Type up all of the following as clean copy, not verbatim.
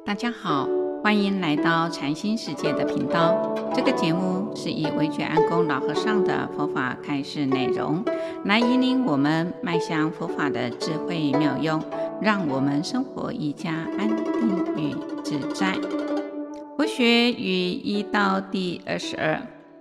大家好，欢迎来到禅心世界的频道。这个节目是以惟觉安公老和尚的佛法开示内容，来引领我们迈向佛法的智慧妙用，让我们生活愈加安定与自在。佛学与一道第22，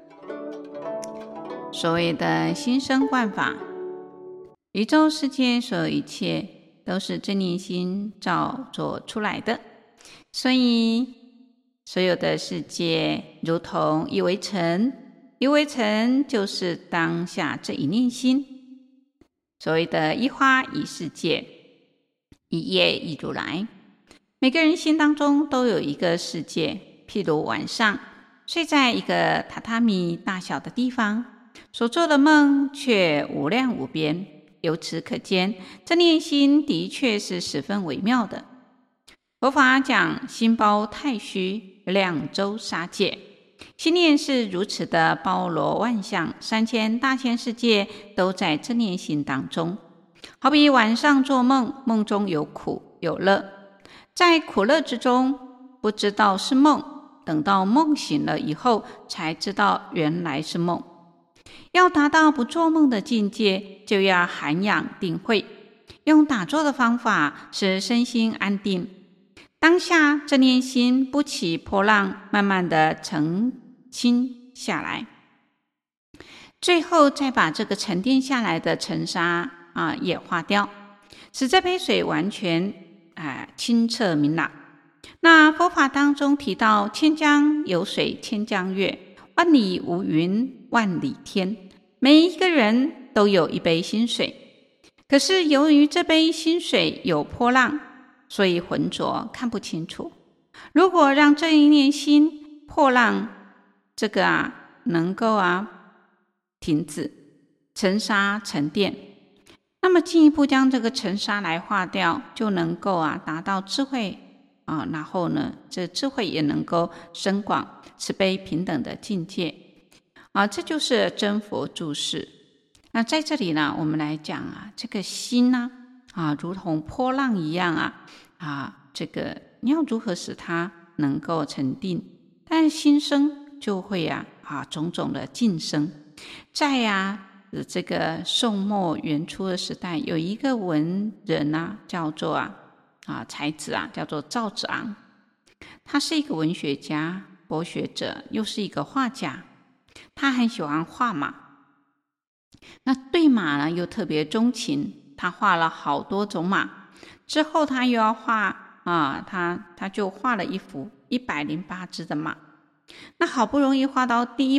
所谓的心生观法，宇宙世界所有一切都是正念心造作出来的，所以所有的世界如同一微尘，一微尘就是当下这一念心。所谓的一花一世界，一叶一如来。每个人心当中都有一个世界，譬如晚上睡在一个榻榻米大小的地方，所做的梦却无量无边。由此可见，这念心的确是十分微妙的。佛法讲心包太虚，量周沙界。心念是如此的包罗万象，3000大千世界都在这念心当中。好比晚上做梦，梦中有苦有乐，在苦乐之中不知道是梦，等到梦醒了以后才知道原来是梦。要达到不做梦的境界，就要涵养定慧，用打坐的方法使身心安定。当下这念心不起波浪，慢慢的澄清下来，最后再把这个沉淀下来的尘沙也化掉，使这杯水完全清澈明朗。那佛法当中提到千江有水千江月，万里无云万里天。每一个人都有一杯心水，可是由于这杯心水有波浪，所以浑浊看不清楚。如果让这一念心破浪这个能够停止，尘沙沉淀，那么进一步将这个尘沙来化掉，就能够达到智慧然后呢，这智慧也能够深广慈悲平等的境界这就是真佛住世。那在这里呢，我们来讲这个心如同波浪一样这个你要如何使它能够沉定？但心生就会种种的晋升。在这个宋末元初的时代，有一个文人叫做才子叫做赵子昂。他是一个文学家、博学者，又是一个画家。他很喜欢画马，那对马呢又特别钟情。他画了好多种马，之后他又要画他就画了一幅108只的马。那好不容易画到第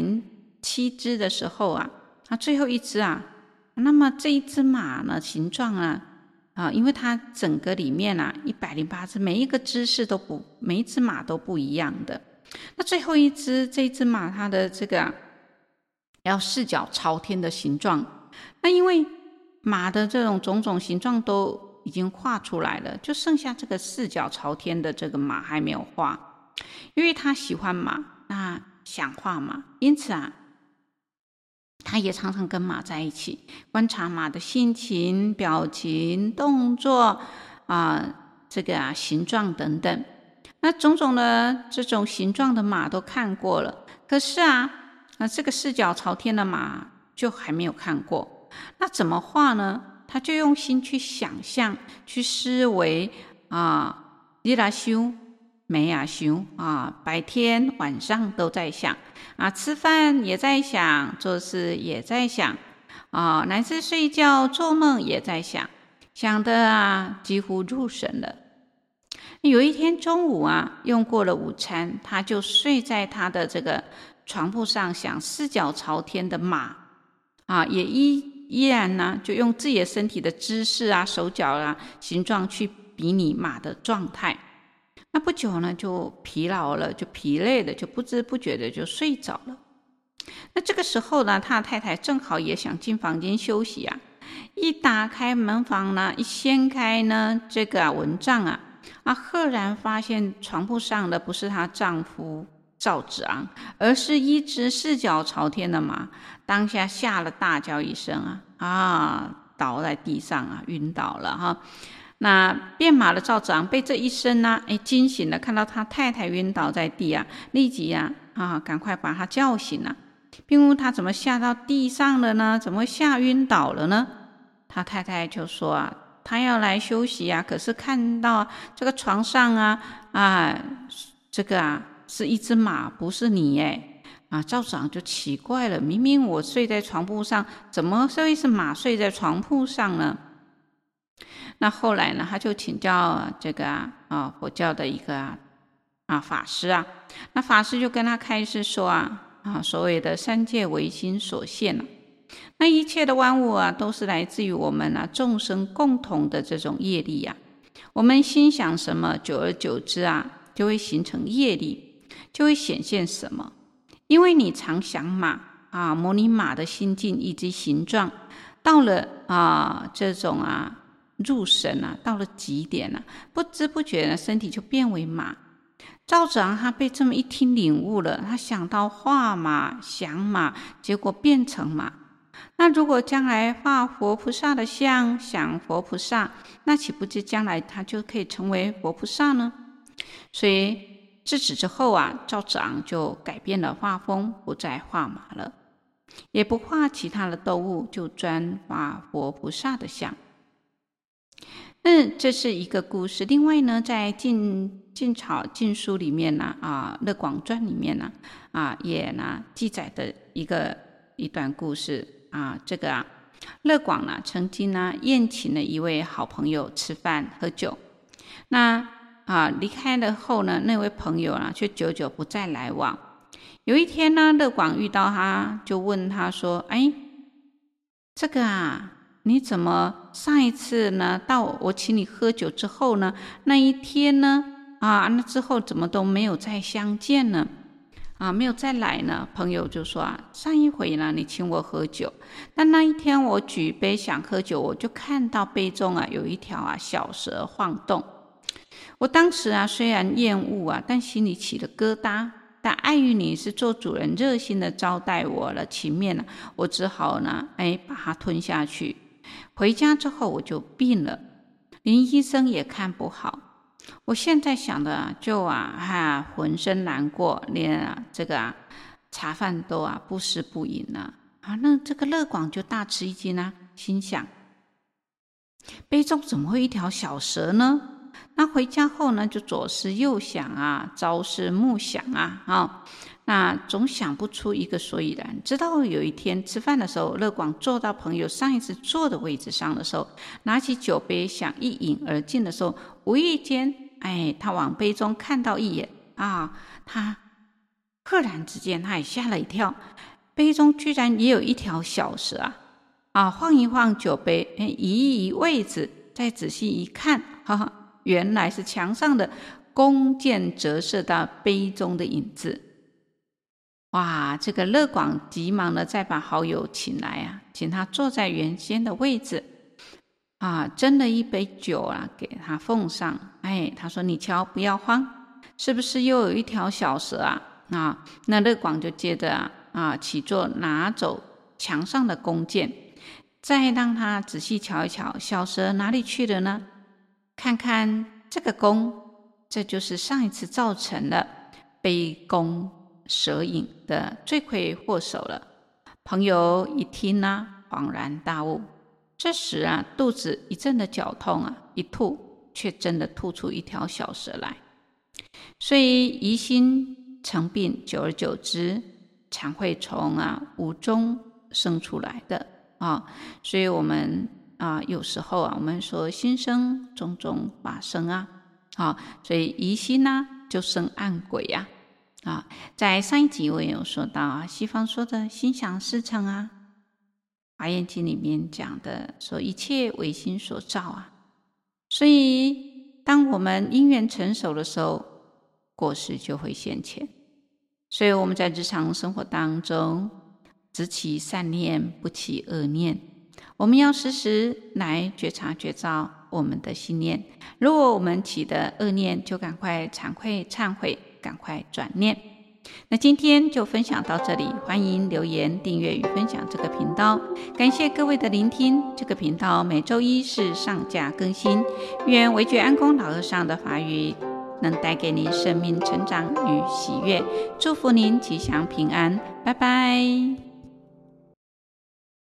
107只的时候最后一只那么这一只马呢形状因为它整个里面108只，每一个姿势每一只马都不一样的。那最后这一只马，它的这个要四脚朝天的形状。那因为马的这种种种形状都已经画出来了，就剩下这个四脚朝天的这个马还没有画。因为他喜欢马，那想画马，因此他也常常跟马在一起，观察马的性情、表情、动作这个形状等等。那种种的这种形状的马都看过了，可是这个四脚朝天的马就还没有看过。那怎么画呢？他就用心去想象，去思维日来想没想白天晚上都在想吃饭也在想，做事也在想乃至睡觉做梦也在想，想的几乎入神了。有一天中午用过了午餐，他就睡在他的这个床铺上，想四脚朝天的马也依然呢就用自己的身体的姿势手脚形状去比拟马的状态。那不久呢就疲劳了，就疲累了，就不知不觉的就睡着了。那这个时候呢，他的太太正好也想进房间休息一打开门房呢，一掀开呢这个蚊帐赫然发现床铺上的不是她丈夫赵子昂，而是一只四脚朝天的马。当下吓了大叫一声倒在地上晕倒了那变马的赵子昂被这一声惊醒了，看到他太太晕倒在地立即赶快把他叫醒了，并问他怎么下到地上了呢？怎么吓晕倒了呢？他太太就说他要来休息可是看到这个床上这个是一只马，不是你耶。赵子昂就奇怪了，明明我睡在床铺上，怎么会是马睡在床铺上呢？那后来呢，他就请教这个佛教的一个法师那法师就跟他开示说所谓的三界唯心所现那一切的万物都是来自于我们众生共同的这种业力我们心想什么，久而久之就会形成业力，就会显现什么。因为你常想马模拟马的心境以及形状，到了这种入神到了极点不知不觉身体就变为马。赵子昂他被这么一听领悟了，他想到画马想马，结果变成马。那如果将来画佛菩萨的像，想佛菩萨，那岂不知将来他就可以成为佛菩萨呢？所以自此之后赵子昂就改变了画风，不再画马了，也不画其他的动物，就专画佛菩萨的像。这是一个故事。另外呢，在晋朝晋书里面乐广传里面也记载的一段故事这个乐广曾经宴请了一位好朋友吃饭喝酒。那离开了后呢，那位朋友却久久不再来往。有一天呢，乐广遇到他，就问他说：“这个你怎么上一次呢到我请你喝酒之后呢，那一天呢那之后怎么都没有再相见呢？没有再来呢？”朋友就说上一回呢你请我喝酒，但那一天我举杯想喝酒，我就看到杯中有一条小蛇晃动。我当时虽然厌恶但心里起了疙瘩，但碍于你是做主人热心的招待我了情面我只好呢把它吞下去。回家之后我就病了，连医生也看不好。我现在想的就浑身难过，连这个茶饭都不思不饮了那这个乐广就大吃一惊心想杯中怎么会一条小蛇呢？那回家后呢，就左思右想朝思暮想那总想不出一个所以然。直到有一天吃饭的时候，乐广坐到朋友上一次坐的位置上的时候，拿起酒杯想一饮而尽的时候，无意间他往杯中看到一眼他赫然之间他也吓了一跳，杯中居然也有一条小蛇晃一晃酒杯，移一位置，再仔细一看原来是墙上的弓箭折射到杯中的影子。哇！这个乐广急忙的再把好友请来请他坐在原先的位置斟了一杯酒给他奉上。他说：“你瞧，不要慌，是不是又有一条小蛇那乐广就接着起坐，拿走墙上的弓箭，再让他仔细瞧一瞧，小蛇哪里去了呢？看看这个弓，这就是上一次造成了杯弓蛇影的罪魁祸首了。”朋友一听恍然大悟。这时肚子一阵的绞痛一吐，却真的吐出一条小蛇来。所以疑心成病，久而久之常会从无中生出来的所以我们有时候我们说心生种种法生所以疑心就生暗鬼在上一集我也有说到西方说的心想事成华严经里面讲的说一切唯心所造所以当我们因缘成熟的时候，果实就会现前。所以我们在日常生活当中，只起善念，不起恶念。我们要时时来觉察觉照我们的心念。如果我们起的恶念，就赶快惭愧忏悔，赶快转念。 那今天就分享到这里，欢迎留言、订阅与分享这个频道。感谢各位的聆听，这个频道每周一是上架更新。愿惟觉安公老和尚的法语能带给您生命成长与喜悦，祝福您吉祥平安，拜拜。